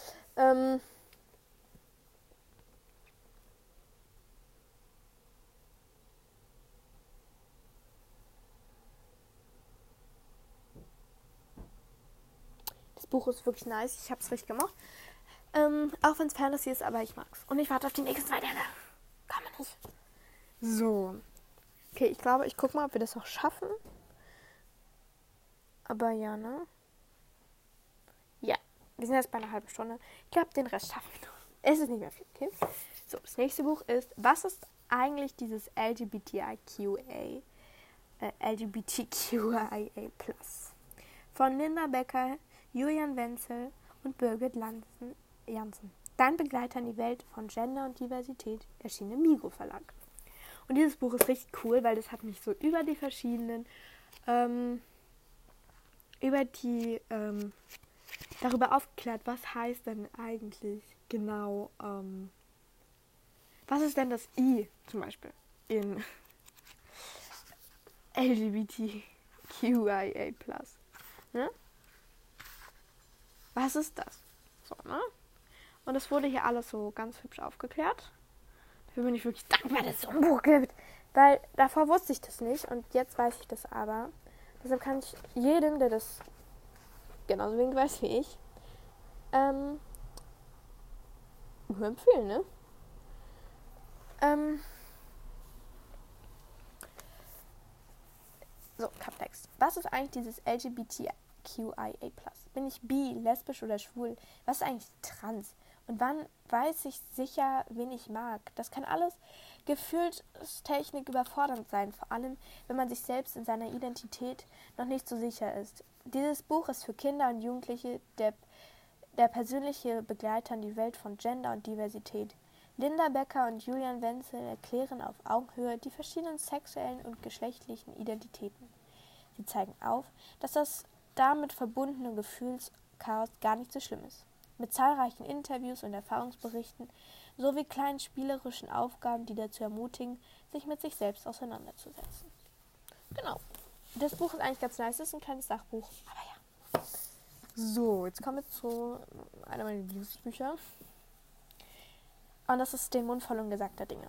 Das Buch ist wirklich nice. Ich habe es richtig gemacht. Auch wenn es Fantasy ist, aber ich mag's. Und ich warte auf die nächsten 2 Teile. Kann man nicht. So. Okay, ich glaube, ich gucke mal, ob wir das noch schaffen. Aber ja, ne? Ja, wir sind jetzt bei einer halben Stunde. Ich glaube, den Rest schaffen wir noch. Es ist nicht mehr viel, okay? So, das nächste Buch ist, was ist eigentlich dieses LGBTQIA+. Von Linda Becker, Julian Wenzel und Birgit Jansen. Dein Begleiter in die Welt von Gender und Diversität, erschien im Migo Verlag. Und dieses Buch ist richtig cool, weil das hat mich so über die verschiedenen, darüber aufgeklärt, was heißt denn eigentlich genau, was ist denn das I zum Beispiel in LGBTQIA+. Ne? Was ist das? So, ne? Und das wurde hier alles so ganz hübsch aufgeklärt. Dafür bin ich wirklich dankbar, dass es so ein Buch gibt. Weil davor wusste ich das nicht und jetzt weiß ich das aber. Deshalb kann ich jedem, der das genauso wenig weiß wie ich, nur empfehlen, ne? So, Kaptext. Was ist eigentlich dieses LGBTQIA+? Bin ich bi, lesbisch oder schwul? Was ist eigentlich trans? Und wann weiß ich sicher, wen ich mag? Das kann alles Gefühlstechnik überfordernd sein, vor allem, wenn man sich selbst in seiner Identität noch nicht so sicher ist. Dieses Buch ist für Kinder und Jugendliche der persönliche Begleiter in die Welt von Gender und Diversität. Linda Becker und Julian Wenzel erklären auf Augenhöhe die verschiedenen sexuellen und geschlechtlichen Identitäten. Sie zeigen auf, dass das damit verbundene Gefühlschaos gar nicht so schlimm ist. Mit zahlreichen Interviews und Erfahrungsberichten sowie kleinen spielerischen Aufgaben, die dazu ermutigen, sich mit sich selbst auseinanderzusetzen. Genau. Das Buch ist eigentlich ganz nice. Es ist ein kleines Sachbuch. Aber ja. So, jetzt kommen wir zu einer meiner Lieblingsbücher. Und das ist Den Mund voll ungesagter Dinge.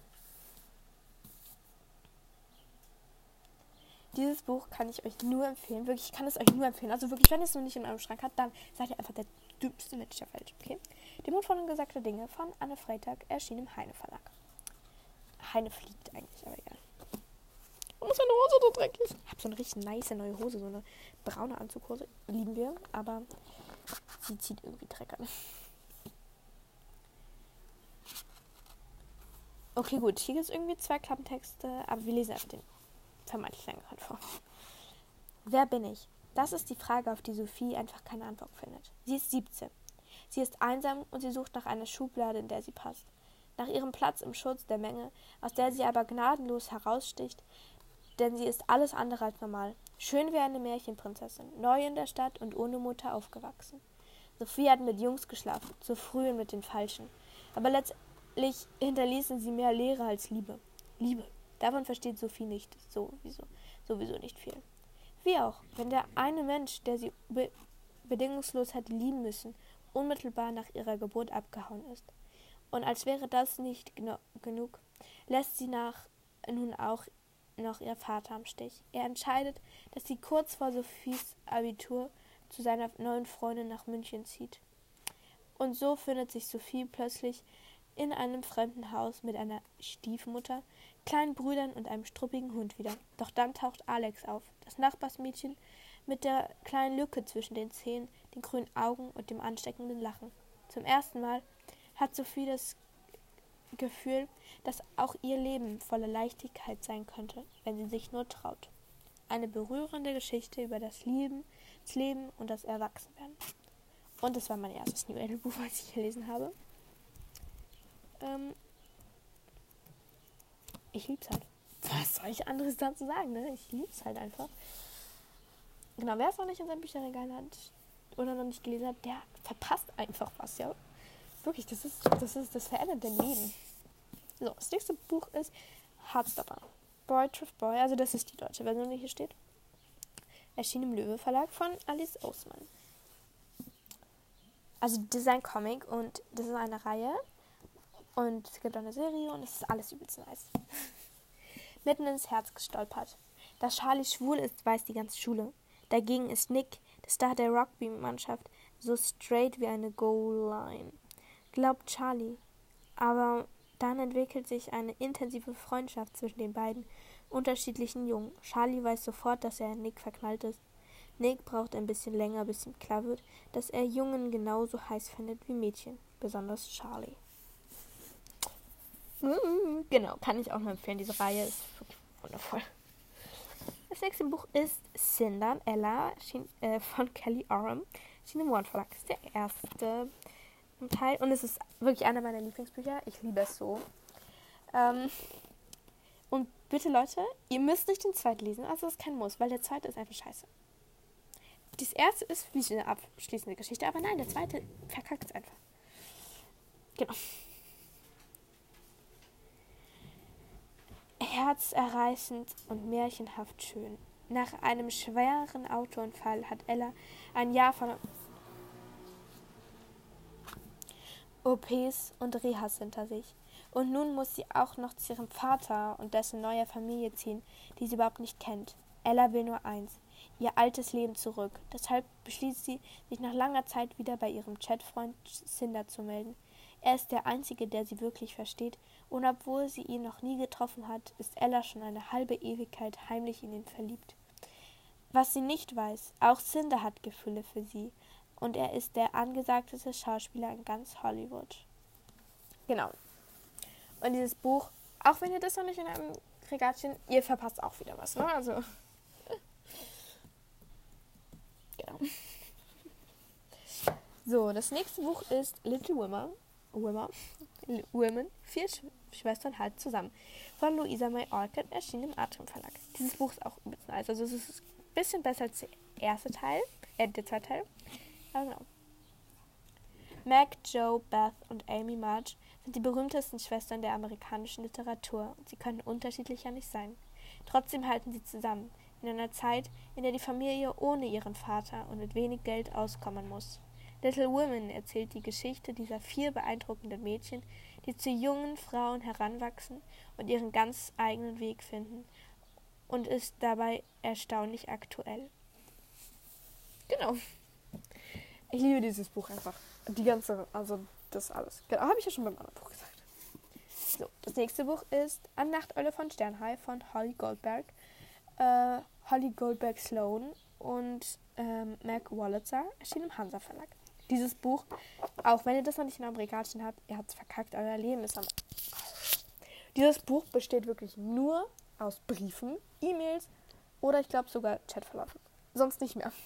Dieses Buch kann ich euch nur empfehlen. Wirklich, ich kann es euch nur empfehlen. Also wirklich, wenn ihr es noch nicht in eurem Schrank habt, dann seid ihr einfach der dümmste Mensch der Welt. Okay? Den Mund voll ungesagter Dinge von Anne Freitag erschien im Heine Verlag. Heine fliegt eigentlich, aber egal. Warum ist meine Hose so dreckig? Ich habe so eine richtig nice neue Hose, so eine braune Anzughose. Lieben wir, aber sie zieht irgendwie Dreck an. Okay, gut. Hier gibt es irgendwie 2 Klappentexte, aber wir lesen einfach den vermeintlich längeren vor. Wer bin ich? Das ist die Frage, auf die Sophie einfach keine Antwort findet. Sie ist 17. Sie ist einsam und sie sucht nach einer Schublade, in der sie passt. Nach ihrem Platz im Schutz der Menge, aus der sie aber gnadenlos heraussticht, denn sie ist alles andere als normal. Schön wie eine Märchenprinzessin, neu in der Stadt und ohne Mutter aufgewachsen. Sophie hat mit Jungs geschlafen, zu früh und mit den Falschen. Aber letztlich hinterließen sie mehr Leere als Liebe. Liebe, davon versteht Sophie nicht, sowieso nicht viel. Wie auch, wenn der eine Mensch, der sie bedingungslos hat lieben müssen, unmittelbar nach ihrer Geburt abgehauen ist. Und als wäre das nicht genug, lässt sie nun auch noch ihr Vater am Stich. Er entscheidet, dass sie kurz vor Sophies Abitur zu seiner neuen Freundin nach München zieht. Und so findet sich Sophie plötzlich in einem fremden Haus mit einer Stiefmutter, kleinen Brüdern und einem struppigen Hund wieder. Doch dann taucht Alex auf, das Nachbarsmädchen mit der kleinen Lücke zwischen den Zähnen, den grünen Augen und dem ansteckenden Lachen. Zum ersten Mal hat Sophie das Gefühl, dass auch ihr Leben voller Leichtigkeit sein könnte, wenn sie sich nur traut. Eine berührende Geschichte über das Leben und das Erwachsenwerden. Und das war mein erstes New Adult Buch, was ich gelesen habe. Ich lieb's halt. Was soll ich anderes dazu sagen, ne? Ich lieb's halt einfach. Genau, wer es noch nicht in seinem Bücherregal hat oder noch nicht gelesen hat, der verpasst einfach was, ja. Wirklich, das verändert dein Leben. So, das nächste Buch ist Heartstopper. Boy trifft Boy, also das ist die deutsche Version, die hier steht. Erschien im Löwe Verlag von Alice Oseman. Also das ist ein Comic und das ist eine Reihe. Und es gibt auch eine Serie und es ist alles übelst nice. Mitten ins Herz gestolpert. Dass Charlie schwul ist, weiß die ganze Schule. Dagegen ist Nick, der Star der Rugby-Mannschaft, so straight wie eine Goal-Line. Glaubt Charlie. Aber dann entwickelt sich eine intensive Freundschaft zwischen den beiden unterschiedlichen Jungen. Charlie weiß sofort, dass er in Nick verknallt ist. Nick braucht ein bisschen länger, bis ihm klar wird, dass er Jungen genauso heiß findet wie Mädchen. Besonders Charlie. Genau, kann ich auch nur empfehlen. Diese Reihe ist wirklich wundervoll. Das nächste Buch ist Cinderella von Kelly Oram. Erschien im One Verlag. Das ist der erste Teil. Und es ist wirklich einer meiner Lieblingsbücher. Ich liebe es so. Und bitte, Leute, ihr müsst nicht den zweiten lesen. Also das ist kein Muss, weil der zweite ist einfach scheiße. Das erste ist wie eine abschließende Geschichte. Aber nein, der zweite verkackt es einfach. Genau. Herzerreißend und märchenhaft schön. Nach einem schweren Autounfall hat Ella ein Jahr von OPs und Rehas hinter sich. Und nun muss sie auch noch zu ihrem Vater und dessen neuer Familie ziehen, die sie überhaupt nicht kennt. Ella will nur eins, ihr altes Leben zurück. Deshalb beschließt sie, sich nach langer Zeit wieder bei ihrem Chatfreund Cinder zu melden. Er ist der Einzige, der sie wirklich versteht, und obwohl sie ihn noch nie getroffen hat, ist Ella schon eine halbe Ewigkeit heimlich in ihn verliebt. Was sie nicht weiß, auch Cinder hat Gefühle für sie. Und er ist der angesagteste Schauspieler in ganz Hollywood. Genau. Und dieses Buch, auch wenn ihr das noch nicht in einem Regal steht, ihr verpasst auch wieder was, ne? Also, genau. So, das nächste Buch ist Little Women, 4 Schwestern halten zusammen, von Louisa May Alcott, erschienen im Atrium Verlag. Dieses Buch ist auch übelst nice. Also es ist ein bisschen besser als der zweite Teil. Aber genau. Meg, Jo, Beth und Amy March sind die berühmtesten Schwestern der amerikanischen Literatur und sie können unterschiedlicher nicht sein. Trotzdem halten sie zusammen, in einer Zeit, in der die Familie ohne ihren Vater und mit wenig Geld auskommen muss. Little Women erzählt die Geschichte dieser 4 beeindruckenden Mädchen, die zu jungen Frauen heranwachsen und ihren ganz eigenen Weg finden und ist dabei erstaunlich aktuell. Genau. Ich liebe dieses Buch einfach. Die ganze, also das alles. Genau, habe ich ja schon beim anderen Buch gesagt. So, das nächste Buch ist An Nachteule von Sternhai von Holly Goldberg Sloan und Meg Wolitzer, erschienen im Hansa Verlag. Dieses Buch, auch wenn ihr das noch nicht in Amerikanischen habt, ihr habt es verkackt, euer Leben ist am Arsch. Dieses Buch besteht wirklich nur aus Briefen, E-Mails oder ich glaube sogar Chatverläufen. Sonst nicht mehr.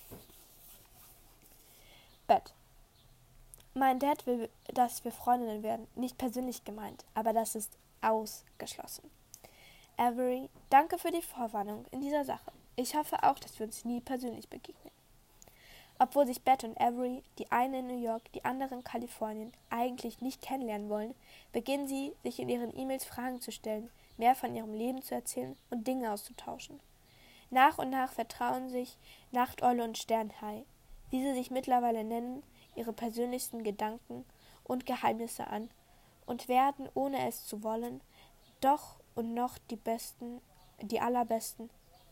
Bett. Mein Dad will, dass wir Freundinnen werden. Nicht persönlich gemeint, aber das ist ausgeschlossen. Avery, danke für die Vorwarnung in dieser Sache. Ich hoffe auch, dass wir uns nie persönlich begegnen. Obwohl sich Beth und Avery, die eine in New York, die andere in Kalifornien, eigentlich nicht kennenlernen wollen, beginnen sie, sich in ihren E-Mails Fragen zu stellen, mehr von ihrem Leben zu erzählen und Dinge auszutauschen. Nach und nach vertrauen sich Nachteule und Sternhai, wie sie sich mittlerweile nennen, ihre persönlichsten Gedanken und Geheimnisse an und werden, ohne es zu wollen, doch noch die allerbesten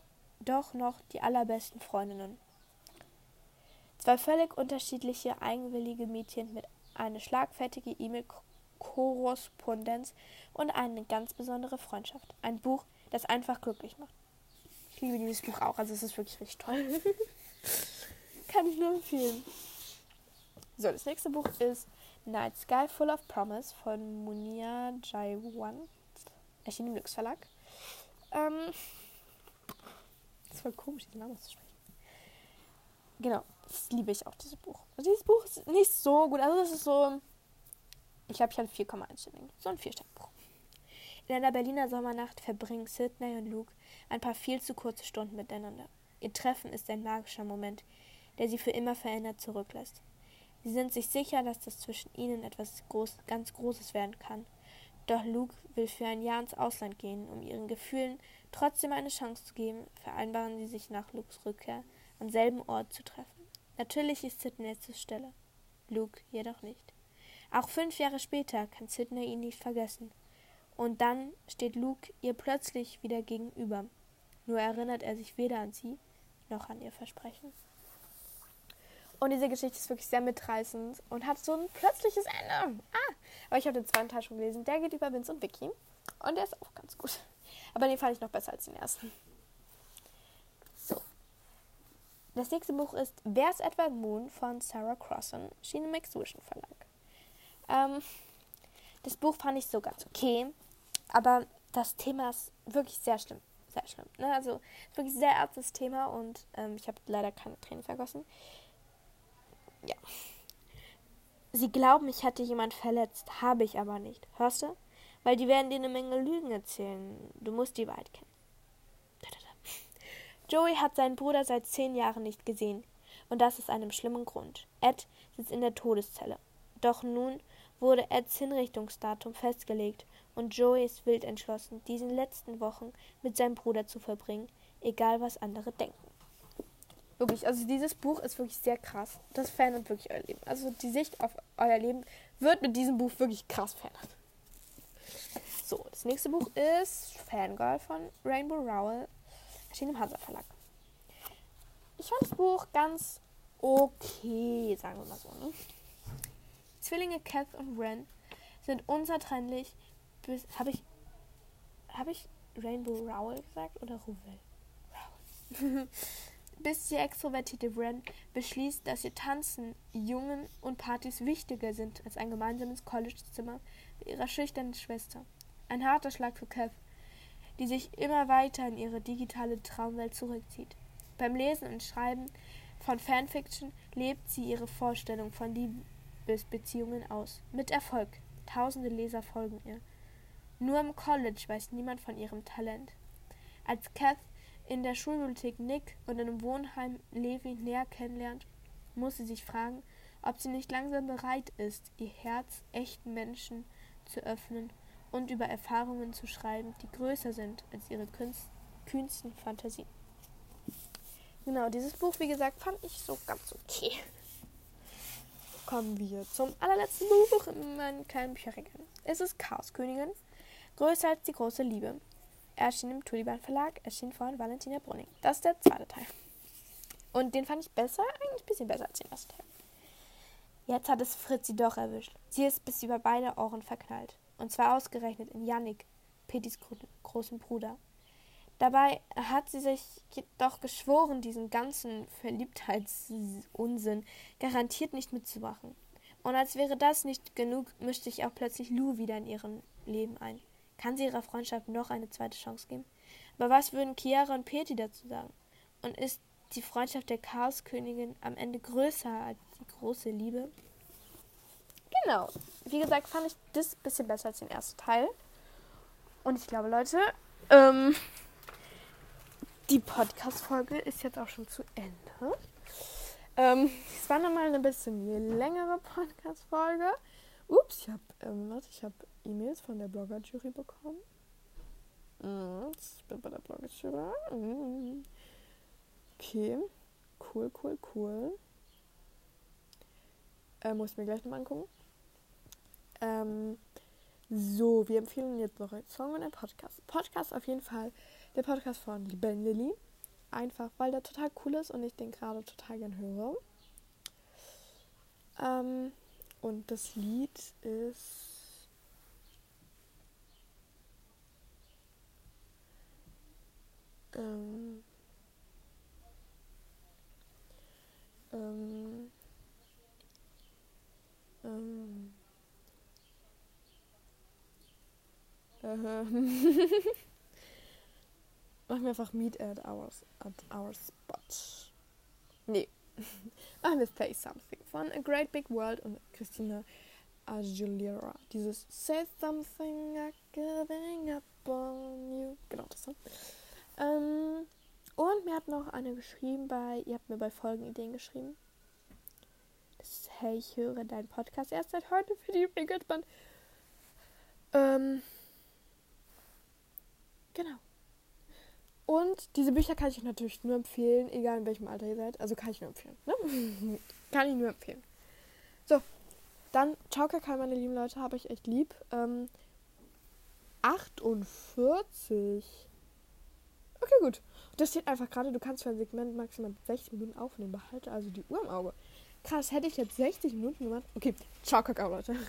Freundinnen. 2 völlig unterschiedliche, eigenwillige Mädchen mit einer schlagfertige E-Mail-Korrespondenz und eine ganz besondere Freundschaft. Ein Buch, das einfach glücklich macht. Ich liebe dieses Buch auch, also es ist wirklich richtig toll. Kann ich nur empfehlen. So, das nächste Buch ist Night Sky Full of Promise von Munia Jaiwant, erschienen im Lux Verlag. Das ist voll komisch, diesen Namen zu sprechen. Genau, das liebe ich auch, dieses Buch. Also dieses Buch ist nicht so gut, also es ist so, ich glaube, ich habe 4,1 Sterne, so ein 4-Sterne-Buch. In einer Berliner Sommernacht verbringen Sydney und Luke ein paar viel zu kurze Stunden miteinander. Ihr Treffen ist ein magischer Moment, der sie für immer verändert zurücklässt. Sie sind sich sicher, dass das zwischen ihnen etwas ganz Großes werden kann. Doch Luke will für ein Jahr ins Ausland gehen, um ihren Gefühlen trotzdem eine Chance zu geben, vereinbaren sie sich nach Lukes Rückkehr am selben Ort zu treffen. Natürlich ist Sydney zur Stelle, Luke jedoch nicht. Auch 5 Jahre später kann Sydney ihn nicht vergessen. Und dann steht Luke ihr plötzlich wieder gegenüber. Nur erinnert er sich weder an sie, noch an ihr Versprechen. Und diese Geschichte ist wirklich sehr mitreißend und hat so ein plötzliches Ende. Aber ich habe den 2. Teil schon gelesen. Der geht über Vince und Vicky. Und der ist auch ganz gut. Aber den fand ich noch besser als den ersten. So. Das nächste Buch ist Where's Edward Moon von Sarah Crossan, erschienen im Exution Verlag. Das Buch fand ich so ganz okay. Aber das Thema ist wirklich sehr schlimm. Sehr schlimm. Ne? Also, es ist wirklich ein sehr ernstes Thema und ich habe leider keine Tränen vergossen. Ja. Sie glauben, ich hätte jemand verletzt, habe ich aber nicht. Hörst du? Weil die werden dir eine Menge Lügen erzählen. Du musst die Wahrheit kennen. Joey hat seinen Bruder seit 10 Jahren nicht gesehen. Und das aus einem schlimmen Grund. Ed sitzt in der Todeszelle. Doch nun wurde Eds Hinrichtungsdatum festgelegt und Joey ist wild entschlossen, diesen letzten Wochen mit seinem Bruder zu verbringen, egal was andere denken. Wirklich, also dieses Buch ist wirklich sehr krass. Das verändert wirklich euer Leben. Also die Sicht auf euer Leben wird mit diesem Buch wirklich krass verändert. So, das nächste Buch ist Fangirl von Rainbow Rowell, erschienen im Hansa Verlag. Ich fand das Buch ganz okay, sagen wir mal so. Ne? Zwillinge Kath und Ren sind unzertrennlich bis... Habe ich Rainbow Rowell gesagt oder Rowell? Rowell. bis die extrovertierte Wren beschließt, dass ihr Tanzen, Jungen und Partys wichtiger sind als ein gemeinsames College-Zimmer mit ihrer schüchternen Schwester. Ein harter Schlag für Kath, die sich immer weiter in ihre digitale Traumwelt zurückzieht. Beim Lesen und Schreiben von Fanfiction lebt sie ihre Vorstellung von Liebesbeziehungen aus. Mit Erfolg. Tausende Leser folgen ihr. Nur im College weiß niemand von ihrem Talent. Als Kath in der Schulbibliothek Nick und im Wohnheim Levi näher kennenlernt, muss sie sich fragen, ob sie nicht langsam bereit ist, ihr Herz echten Menschen zu öffnen und über Erfahrungen zu schreiben, die größer sind als ihre kühnsten Fantasien. Genau, dieses Buch, wie gesagt, fand ich so ganz okay. Kommen wir zum allerletzten Buch in meinem kleinen Bücherregal. Es ist Chaoskönigin, größer als die große Liebe. Erschien im Tulipan Verlag, erschien von Valentina Brunning. Das ist der zweite Teil. Und den fand ich besser, eigentlich ein bisschen besser als den ersten Teil. Jetzt hat es Fritzi doch erwischt. Sie ist bis über beide Ohren verknallt. Und zwar ausgerechnet in Yannick, Petys großen Bruder. Dabei hat sie sich jedoch geschworen, diesen ganzen Verliebtheitsunsinn garantiert nicht mitzumachen. Und als wäre das nicht genug, mischt sich auch plötzlich Lou wieder in ihrem Leben ein. Kann sie ihrer Freundschaft noch eine zweite Chance geben? Aber was würden Chiara und Peti dazu sagen? Und ist die Freundschaft der Chaoskönigin am Ende größer als die große Liebe? Genau. Wie gesagt, fand ich das ein bisschen besser als den ersten Teil. Und ich glaube, Leute, die Podcast-Folge ist jetzt auch schon zu Ende. Es war nochmal eine bisschen längere Podcast-Folge. Ups, ich habe E-Mails von der Blogger-Jury bekommen. Ich bin bei der Blogger-Jury. Okay, cool. Muss ich mir gleich nochmal angucken. So, wir empfehlen jetzt noch einen Song und einen Podcast. Podcast auf jeden Fall der Podcast von Libendeli. Einfach, weil der total cool ist und ich den gerade total gern höre. Und das Lied ist machen wir einfach Meet at our spot. Nee. Machen wir Say Something von A Great Big World und Christina Aguilera. Dieses Say Something, I'm giving up on you. Genau, das so. Und mir hat noch eine geschrieben ihr habt mir bei Folgenideen geschrieben. Hey, ich höre deinen Podcast erst seit heute für die Regelband. Genau. Und diese Bücher kann ich euch natürlich nur empfehlen, egal in welchem Alter ihr seid. Also kann ich nur empfehlen. Ne? Kann ich nur empfehlen. So, dann ciao Kakao, meine lieben Leute, habe ich echt lieb. 48. Okay, gut. Das steht einfach gerade, du kannst für ein Segment maximal 60 Minuten aufnehmen. Behalte also die Uhr im Auge. Krass, hätte ich jetzt 60 Minuten gemacht? Okay, ciao Kakao, Leute.